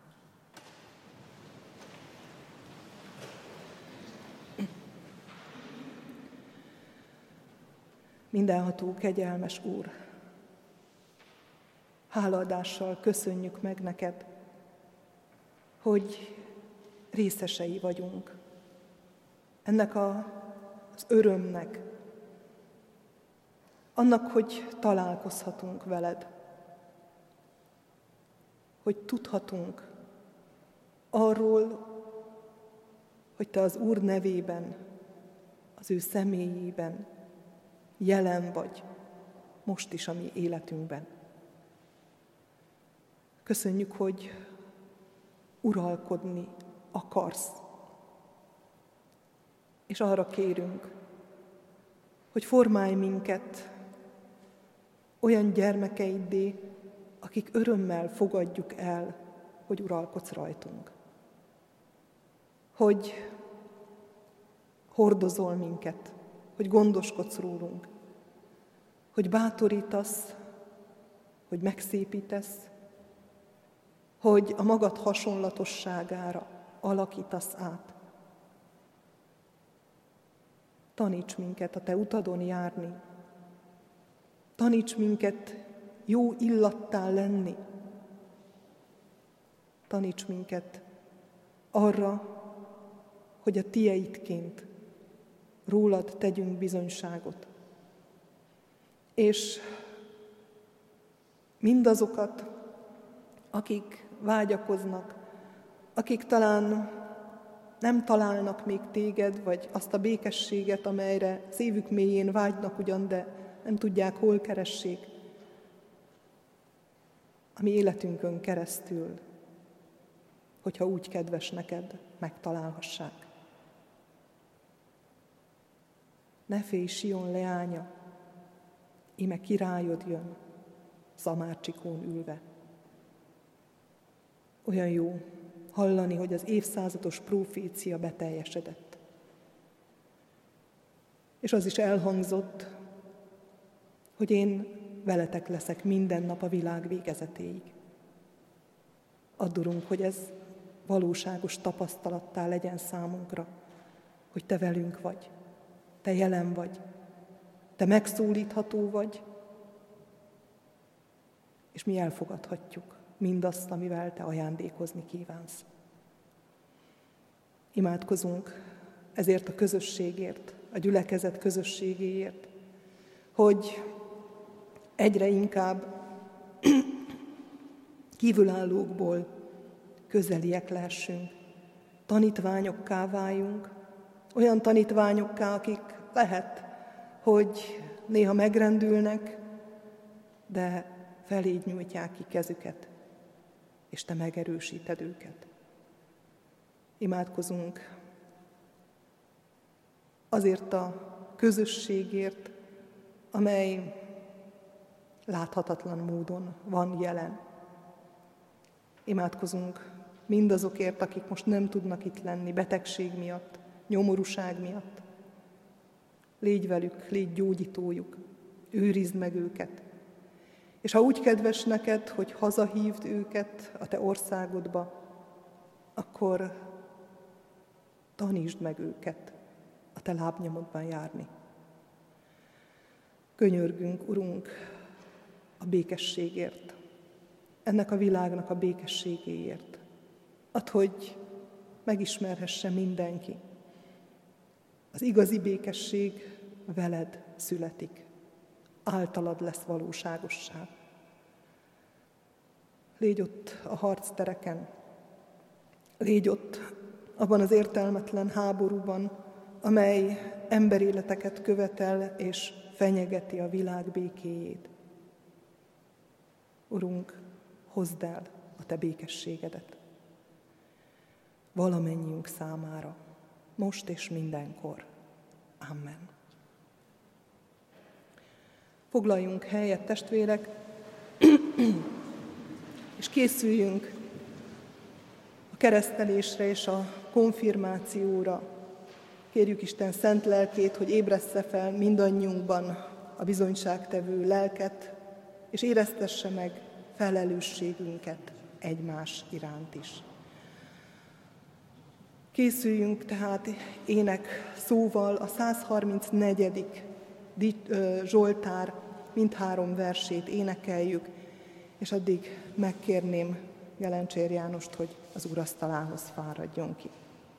Mindenható, kegyelmes Úr, hálaadással köszönjük meg neked, hogy részesei vagyunk ennek a, az örömnek, annak, hogy találkozhatunk veled, hogy tudhatunk arról, hogy te az Úr nevében, az ő személyében jelen vagy, most is a mi életünkben. Köszönjük, hogy uralkodni akarsz, és arra kérünk, hogy formálj minket olyan gyermekeiddé, akik örömmel fogadjuk el, hogy uralkodsz rajtunk. Hogy hordozol minket, hogy gondoskodsz rólunk, hogy bátorítasz, hogy megszépítesz, hogy a magad hasonlatosságára alakítasz át. Taníts minket a te utadon járni, taníts minket jó illattá lenni, taníts minket arra, hogy a tieidként rólad tegyünk bizonyságot. És mindazokat, akik vágyakoznak, akik talán nem találnak még téged, vagy azt a békességet, amelyre szívük mélyén vágynak ugyan, de nem tudják, hol keressék, a mi életünkön keresztül, hogyha úgy kedves neked, megtalálhassák. Ne félj, Sion leánya, íme királyod jön, szamárcsikón ülve. Olyan jó hallani, hogy az évszázados prófécia beteljesedett. És az is elhangzott, hogy én veletek leszek minden nap a világ végezetéig. Add, Urunk, hogy ez valóságos tapasztalattá legyen számunkra, hogy te velünk vagy, te jelen vagy, te megszólítható vagy, és mi elfogadhatjuk mindazt, amivel te ajándékozni kívánsz. Imádkozunk ezért a közösségért, a gyülekezet közösségéért, hogy egyre inkább kívülállókból közeliek lehessünk, tanítványokká váljunk, olyan tanítványokká, akik lehet, hogy néha megrendülnek, de feléd nyújtják ki kezüket, és te megerősíted őket. Imádkozunk azért a közösségért, amely láthatatlan módon van jelen. Imádkozunk mindazokért, akik most nem tudnak itt lenni betegség miatt, nyomorúság miatt. Légy velük, légy gyógyítójuk, őrizd meg őket. És ha úgy kedves neked, hogy hazahívd őket a te országodba, akkor tanítsd meg őket a te lábnyomodban járni. Könyörgünk, Urunk, a békességért, ennek a világnak a békességéért. Add, hogy megismerhesse mindenki. Az igazi békesség veled születik. Általad lesz valóságossá. Légy ott a harctereken, légy ott abban az értelmetlen háborúban, amely emberéleteket követel és fenyegeti a világ békéjét. Urunk, hozd el a te békességedet valamennyiünk számára, most és mindenkor. Amen. Foglaljunk helyet, testvérek, és készüljünk a keresztelésre és a konfirmációra. Kérjük Isten szent lelkét, hogy ébressze fel mindannyiunkban a bizonyságtevő lelket, és éreztesse meg felelősségünket egymás iránt is. Készüljünk tehát ének szóval a százharmincnegyedik Zsoltár mindhárom versét énekeljük, és addig megkérném Gelencsér Jánost, hogy az úrasztalához fáradjon ki.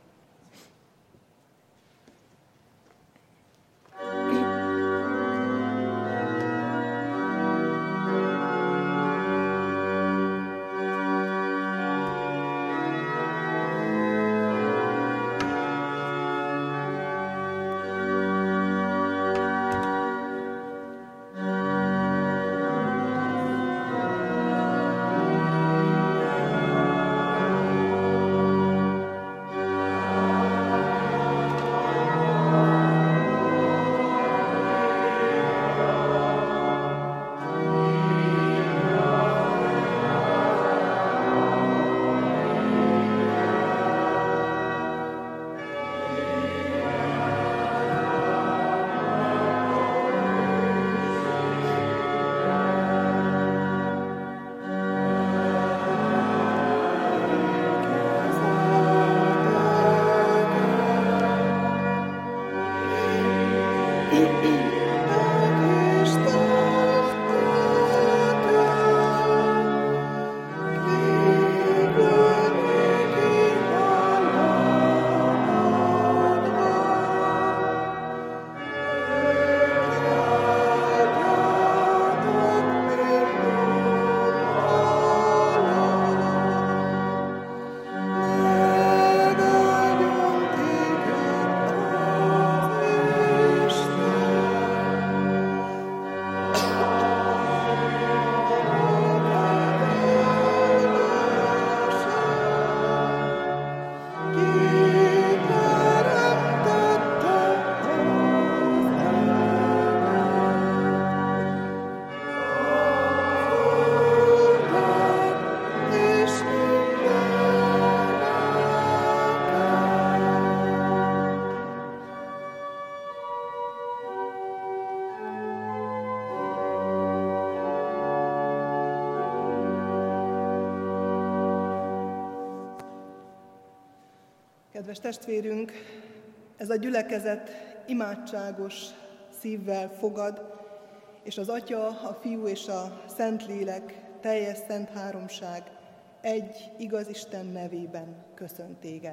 Kedves testvérünk, ez a gyülekezet imádságos szívvel fogad, és az Atya, a Fiú és a Szentlélek teljes szent háromság egy igaz Isten nevében köszönt téged.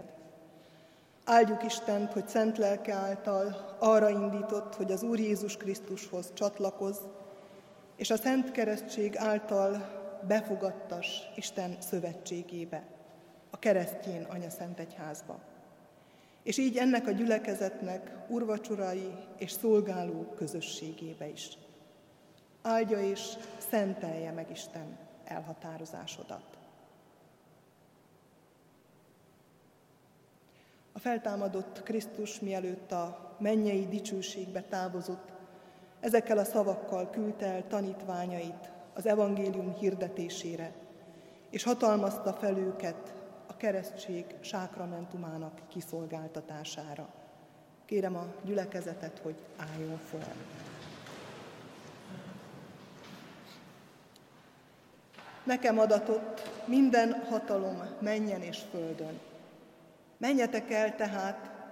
Áldjuk Istent, hogy szent lelke által arra indított, hogy az Úr Jézus Krisztushoz csatlakozz, és a Szent Keresztség által befogadtass Isten szövetségébe, a keresztjén anyaszentegyházba. És így ennek a gyülekezetnek úrvacsorai és szolgáló közösségébe is. Áldja és szentelje meg Isten elhatározásodat. A feltámadott Krisztus, mielőtt a mennyei dicsőségbe távozott, ezekkel a szavakkal küldte el tanítványait az evangélium hirdetésére, és hatalmazta fel őket a keresztség sákramentumának kiszolgáltatására. Kérem a gyülekezetet, hogy álljon fel. Nekem adatott minden hatalom mennyen és földön. Menjetek el tehát,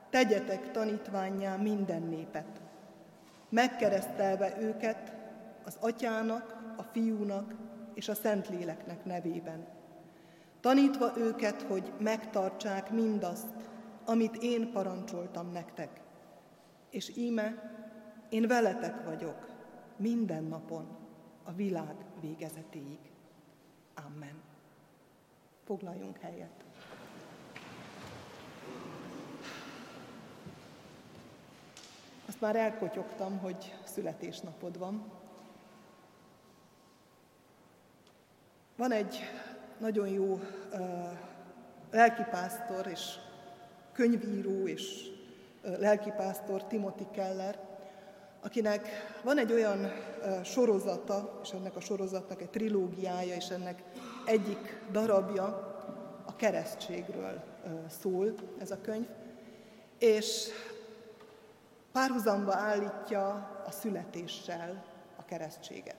tegyetek tanítvánnyá minden népet, megkeresztelve őket az Atyának, a Fiúnak és a Szentléleknek nevében, tanítva őket, hogy megtartsák mindazt, amit én parancsoltam nektek. És íme, én veletek vagyok minden napon, a világ végezetéig. Amen. Foglaljunk helyet. Azt már elkotyogtam, hogy születésnapod van. Van egy nagyon jó uh, lelkipásztor és könyvíró és uh, lelkipásztor, Timothy Keller, akinek van egy olyan uh, sorozata, és ennek a sorozatnak egy trilógiája, és ennek egyik darabja a keresztségről uh, szól, ez a könyv, és párhuzamba állítja a születéssel a keresztséget.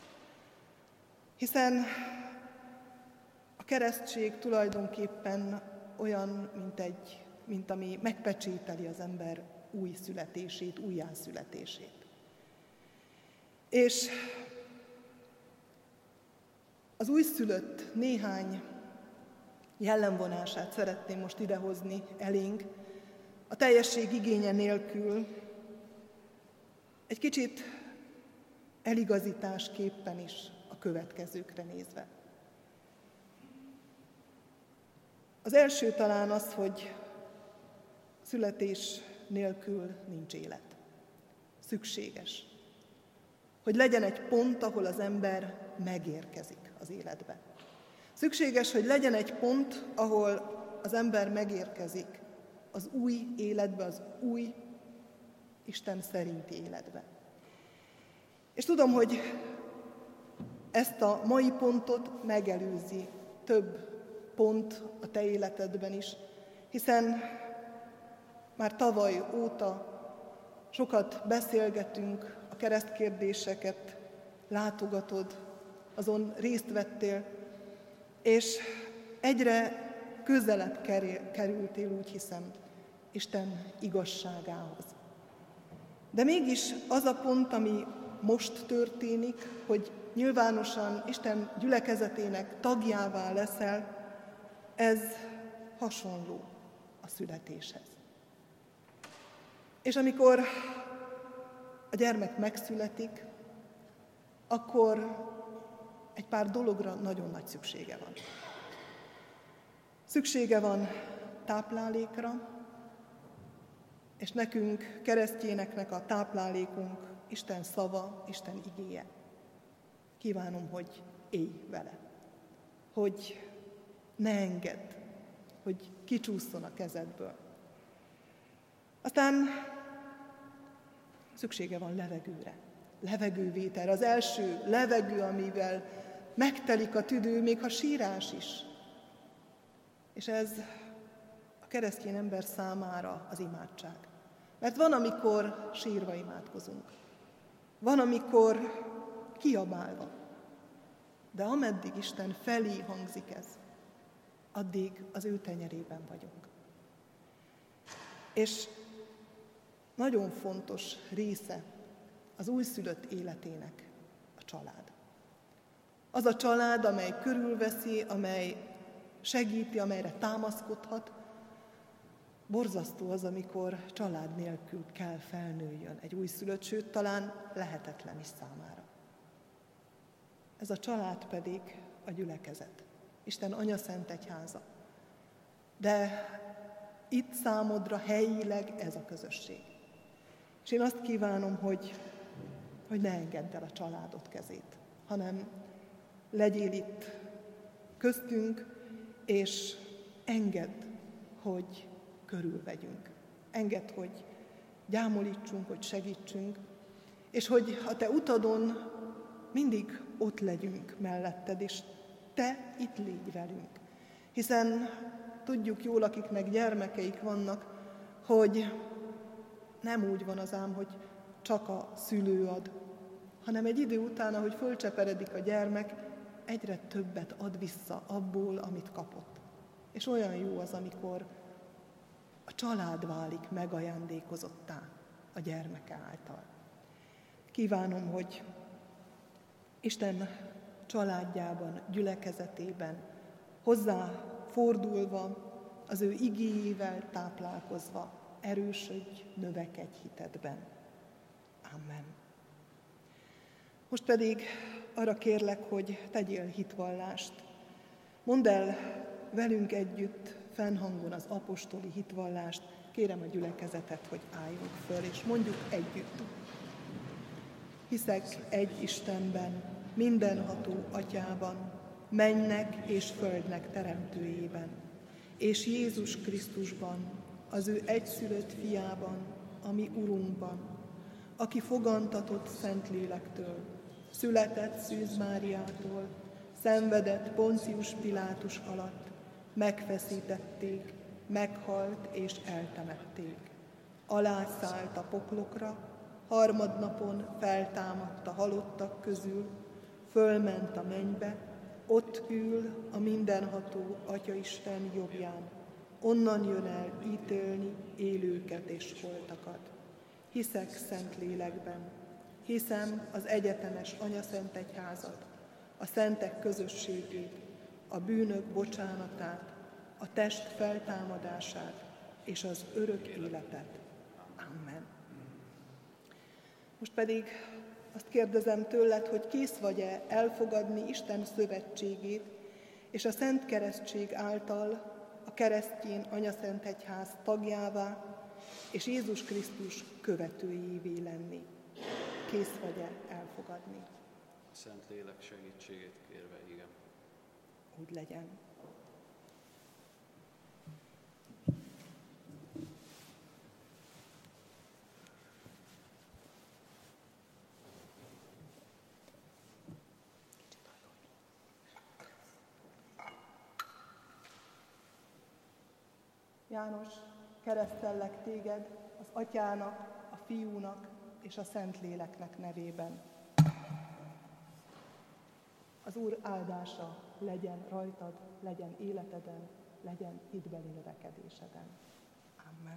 Hiszen a keresztség tulajdonképpen olyan, mint, egy, mint ami megpecsételi az ember új születését, újjászületését. És az újszülött néhány jellemvonását szeretném most idehozni elénk, a teljesség igénye nélkül, egy kicsit eligazításképpen is a következőkre nézve. Az első talán az, hogy születés nélkül nincs élet. Szükséges. Hogy legyen egy pont, ahol az ember megérkezik az életbe. Szükséges, hogy legyen egy pont, ahol az ember megérkezik az új életbe, az új Isten szerinti életbe. És tudom, hogy ezt a mai pontot megelőzi több pont a te életedben is, hiszen már tavaly óta sokat beszélgetünk, a keresztkérdéseket látogatod, azon részt vettél, és egyre közelebb kerültél, úgy hiszem, Isten igazságához. De mégis az a pont, ami most történik, hogy nyilvánosan Isten gyülekezetének tagjává leszel, ez hasonló a születéshez. És amikor a gyermek megszületik, akkor egy pár dologra nagyon nagy szüksége van. Szüksége van táplálékra, és nekünk, keresztjéneknek a táplálékunk Isten szava, Isten igéje. Kívánom, hogy élj vele, hogy ne engedd, hogy kicsúszson a kezedből. Aztán szüksége van levegőre, levegővételre. Az első levegő, amivel megtelik a tüdő, még ha sírás is. És ez a keresztény ember számára az imádság. Mert van, amikor sírva imádkozunk. Van, amikor kiabálva. De ameddig Isten felé hangzik ez, addig az ő tenyerében vagyunk. És nagyon fontos része az újszülött életének a család. Az a család, amely körülveszi, amely segíti, amelyre támaszkodhat. Borzasztó az, amikor család nélkül kell felnőjön egy újszülött, sőt, talán lehetetlen is számára. Ez a család pedig a gyülekezet, Isten Anya Szent Egyháza. De itt számodra helyileg ez a közösség. És én azt kívánom, hogy, hogy ne engedd el a családod kezét, hanem legyél itt köztünk, és engedd, hogy körülvegyünk. Engedd, hogy gyámolítsunk, hogy segítsünk, és hogy a te utadon mindig ott legyünk melletted, és te itt légy velünk. Hiszen tudjuk jól, akiknek gyermekeik vannak, hogy nem úgy van az ám, hogy csak a szülő ad, hanem egy idő után, ahogy fölcseperedik a gyermek, egyre többet ad vissza abból, amit kapott. És olyan jó az, amikor a család válik megajándékozottá a gyermeke által. Kívánom, hogy Isten családjában, gyülekezetében, hozzá fordulva, az ő igéjével táplálkozva, erősödj, növekedj hitedben. Amen. Most pedig arra kérlek, hogy tegyél hitvallást. Mondd el velünk együtt, fennhangon az apostoli hitvallást. Kérem a gyülekezetet, hogy álljunk föl, és mondjuk együtt. Hiszek egy Istenben, mindenható Atyában, mennynek és földnek teremtőjében, és Jézus Krisztusban, az ő egyszülött fiában, a mi Urunkban, aki fogantatott Szentlélektől, született Szűz Máriától, szenvedett Poncius Pilátus alatt, megfeszítették, meghalt és eltemették. Alászállt a poklokra, harmadnapon feltámadt a halottak közül, fölment a mennybe, ott ül a mindenható Atyaisten jobbján, onnan jön el ítélni élőket és holtakat. Hiszek Szentlélekben, hiszem az egyetemes Anyaszentegyházat, a szentek közösségét, a bűnök bocsánatát, a test feltámadását és az örök életet. Amen. Most pedig azt kérdezem tőled, hogy kész vagy-e elfogadni Isten szövetségét, és a Szent Keresztség által a keresztény Anyaszentegyház tagjává, és Jézus Krisztus követőjévé lenni. Kész vagy-e elfogadni? A Szentlélek segítségét kérve, igen. Úgy legyen. János, keresztellek téged az Atyának, a Fiúnak és a Szentléleknek nevében. Az Úr áldása legyen rajtad, legyen életeden, legyen hitbeli növekedéseden. Amen.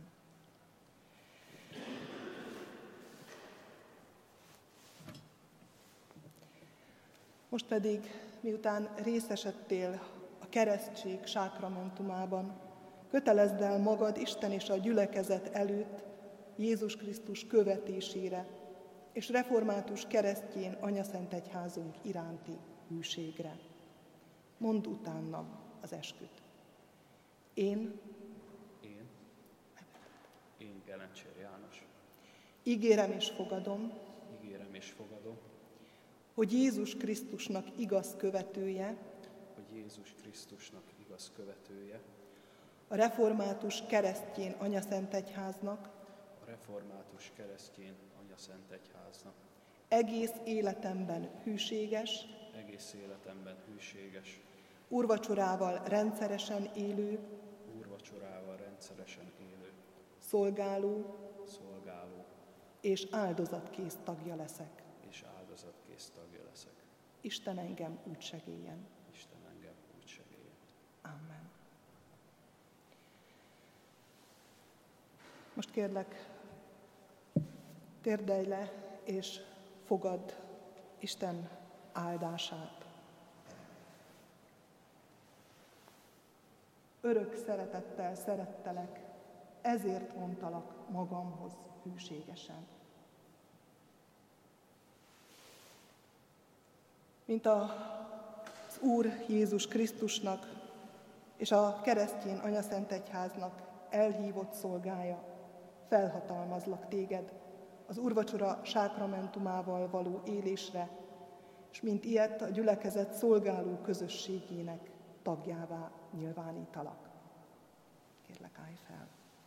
Most pedig, miután részesedtél a keresztség sákramentumában, kötelezd el magad Isten és a gyülekezet előtt Jézus Krisztus követésére és református keresztjén Anyaszentegyházunk iránti hűségre. Mondd utánam az esküt. Én, Én, én Gelencsér János, ígérem és fogadom, ígérem és fogadom, hogy Jézus Krisztusnak igaz követője, hogy Jézus Krisztusnak igaz követője, a református keresztjén Anyaszentegyháznak, a református keresztjén Anyaszentegyháznak, egész életemben hűséges, egész életemben hűséges, úrvacsorával rendszeresen élő, úrvacsorával rendszeresen élő, szolgáló szolgáló és áldozatkész tagja leszek. és áldozatkész tagja leszek. Isten engem úgy segéljen. Isten engem úgy segéljen. Amen. Most kérlek, térdelj le és fogadd Isten áldását. Örök szeretettel szerettelek, ezért vontalak magamhoz hűségesen. Mint az Úr Jézus Krisztusnak és a keresztény Anyaszentegyháznak elhívott szolgája, felhatalmazlak téged az úrvacsora sákramentumával való élésre, és mint ilyet a gyülekezet szolgáló közösségének tagjává nyilvánítalak. Kérlek, állj fel.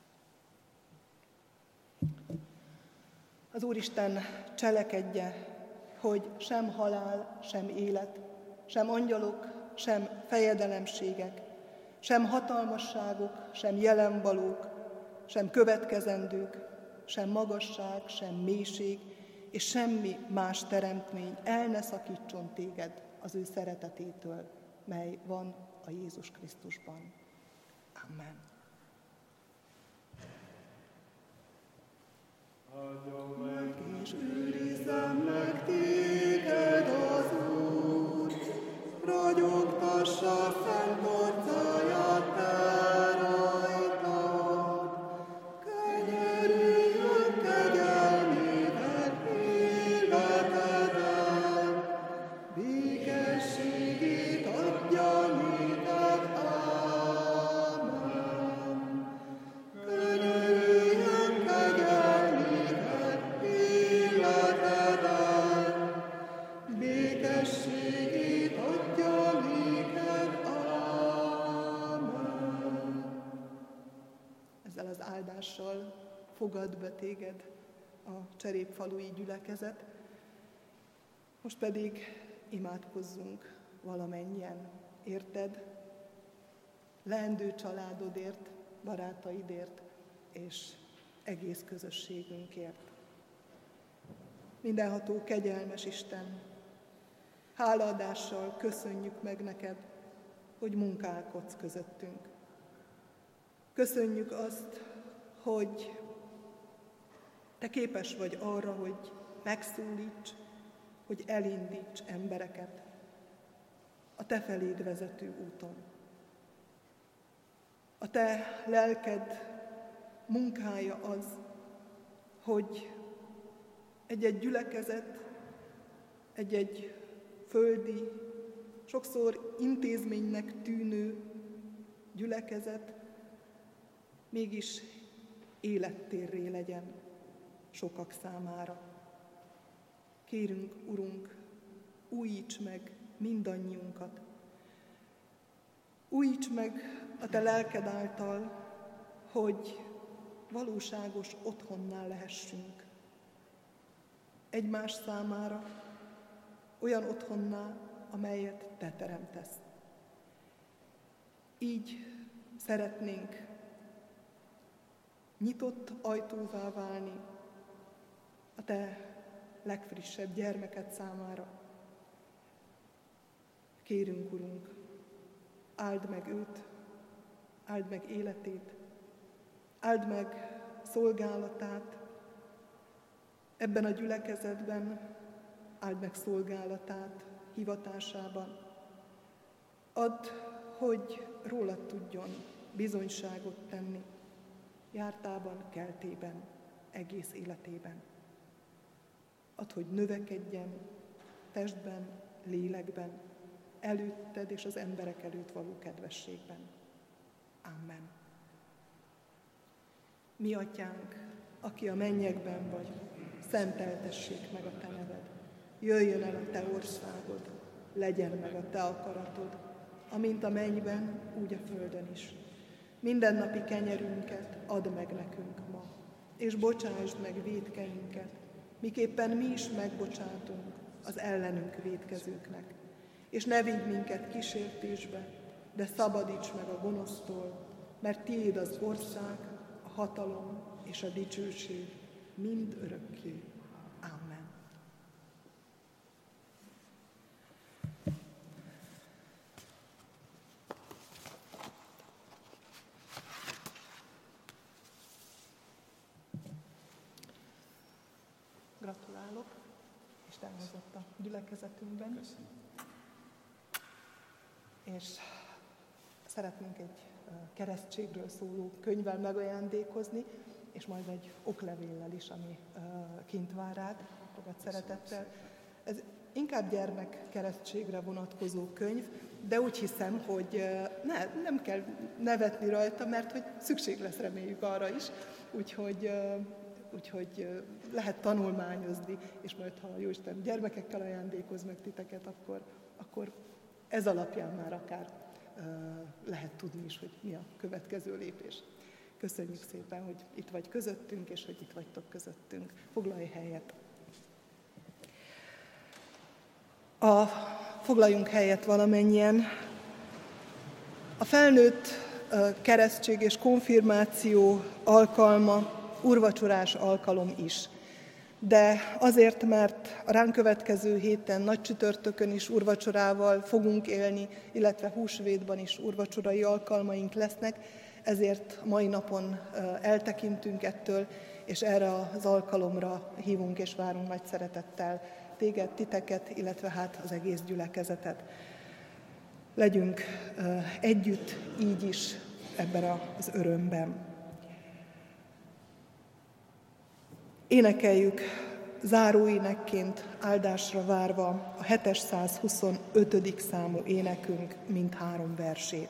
Az Úristen cselekedje, hogy sem halál, sem élet, sem angyalok, sem fejedelemségek, sem hatalmasságok, sem jelenvalók, sem következendők, sem magasság, sem mélység, és semmi más teremtmény el ne szakítson téged az ő szeretetétől, mely van a Jézus Krisztusban. Amen. És őrizzen meg téged az Úr, ragyogtassa fent orcáját te rajtad, könyörüljön kegyelmével életeden, békességét adja néked, ámen. Könyörüljön kegyelmével életeden, békességét adja néked, ámen. Ezzel az áldással fogad be téged a cserépfalui gyülekezet, most pedig imádkozzunk valamennyien érted, leendő családodért, barátaidért és egész közösségünkért. Mindenható kegyelmes Isten, hálaadással köszönjük meg neked, hogy munkálkodsz közöttünk. Köszönjük azt, hogy te képes vagy arra, hogy megszólíts, hogy elindíts embereket a te feléd vezető úton. A te lelked munkája az, hogy egy-egy gyülekezet, egy-egy földi, sokszor intézménynek tűnő gyülekezet mégis élettérré legyen sokak számára. Kérünk, Urunk, újíts meg mindannyiunkat. Újíts meg a te lelked által, hogy valóságos otthonná lehessünk. Egymás számára, olyan otthonná, amelyet te teremtesz. Így szeretnénk nyitott ajtóvá válni a te legfrissebb gyermeked számára. Kérünk, Urunk, áld meg őt, áld meg életét, áld meg szolgálatát ebben a gyülekezetben, áld meg szolgálatát hivatásában. Add, hogy rólad tudjon bizonyságot tenni, jártában, keltében, egész életében. Add, hogy növekedjen testben, lélekben, előtted és az emberek előtt való kedvességben. Amen. Mi atyánk, aki a mennyekben vagy, szenteltessék meg a te neved. Jöjjön el a te országod, legyen meg a te akaratod, amint a mennyben, úgy a földön is. Mindennapi kenyerünket add meg nekünk ma, és bocsásd meg vétkeinket, miképpen mi is megbocsátunk az ellenünk vétkezőknek. És ne vigy minket kísértésbe, de szabadíts meg a gonosztól, mert tiéd az ország, a hatalom és a dicsőség mind örökké. Amen. Gratulálok, Isten hozott a gyülekezetünkben. Köszönöm. És szeretnénk egy keresztségről szóló könyvvel megajándékozni, és majd egy oklevéllel is, ami kint vár rád, fogad szeretettel. Ez inkább gyermek keresztségre vonatkozó könyv, de úgy hiszem, hogy ne, nem kell nevetni rajta, mert hogy szükség lesz, reméljük arra is, úgyhogy, úgyhogy lehet tanulmányozni, és majd ha Jóisten gyermekekkel ajándékoz meg titeket, akkor, akkor ez alapján már akár uh, lehet tudni is, hogy mi a következő lépés. Köszönjük szépen, hogy itt vagy közöttünk, és hogy itt vagytok közöttünk. Foglalj helyet. A, foglaljunk helyet valamennyien. A felnőtt uh, keresztség és konfirmáció alkalma úrvacsorás alkalom is. De azért, mert a ránk következő héten, nagy csütörtökön is úrvacsorával fogunk élni, illetve húsvétban is úrvacsorai alkalmaink lesznek, ezért mai napon eltekintünk ettől, és erre az alkalomra hívunk és várunk nagy szeretettel téged, titeket, illetve hát az egész gyülekezetet. Legyünk együtt így is ebben az örömben. Énekeljük záróénekként áldásra várva a hétszázhuszonötödik számú énekünk mindhárom versét.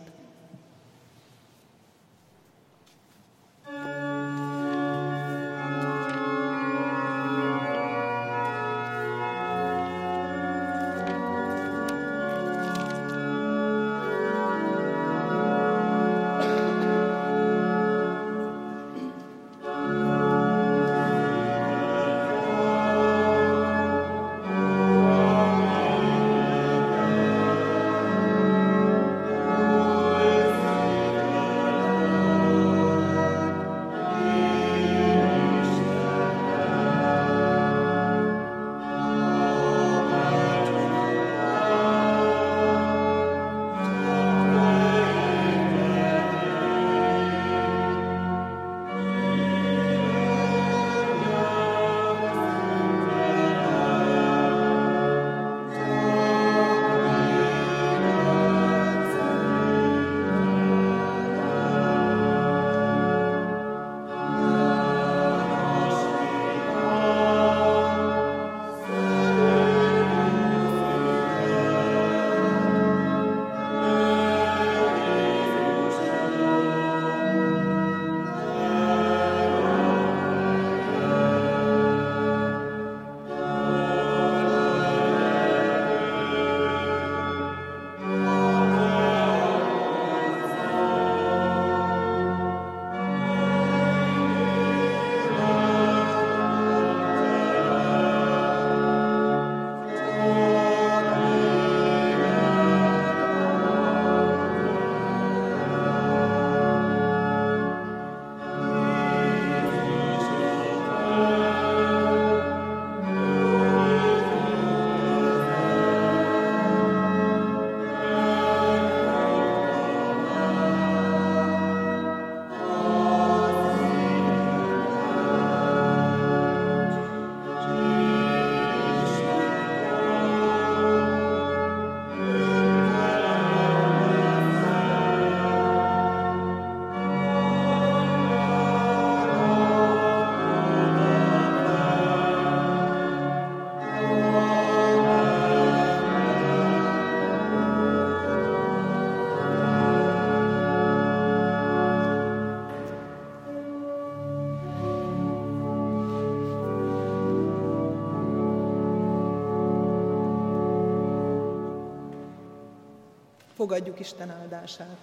Fogadjuk Isten áldását.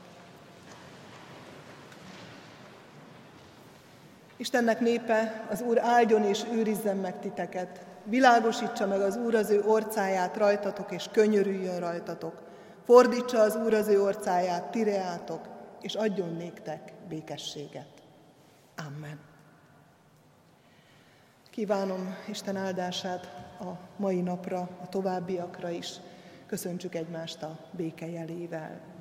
Istennek népe, az Úr áldjon és őrizzen meg titeket. Világosítsa meg az Úr az ő orcáját rajtatok, és könyörüljön rajtatok. Fordítsa az Úr az ő orcáját tireátok, és adjon néktek békességet. Amen. Kívánom Isten áldását a mai napra, a továbbiakra is. Köszöntsük egymást a béke jelével.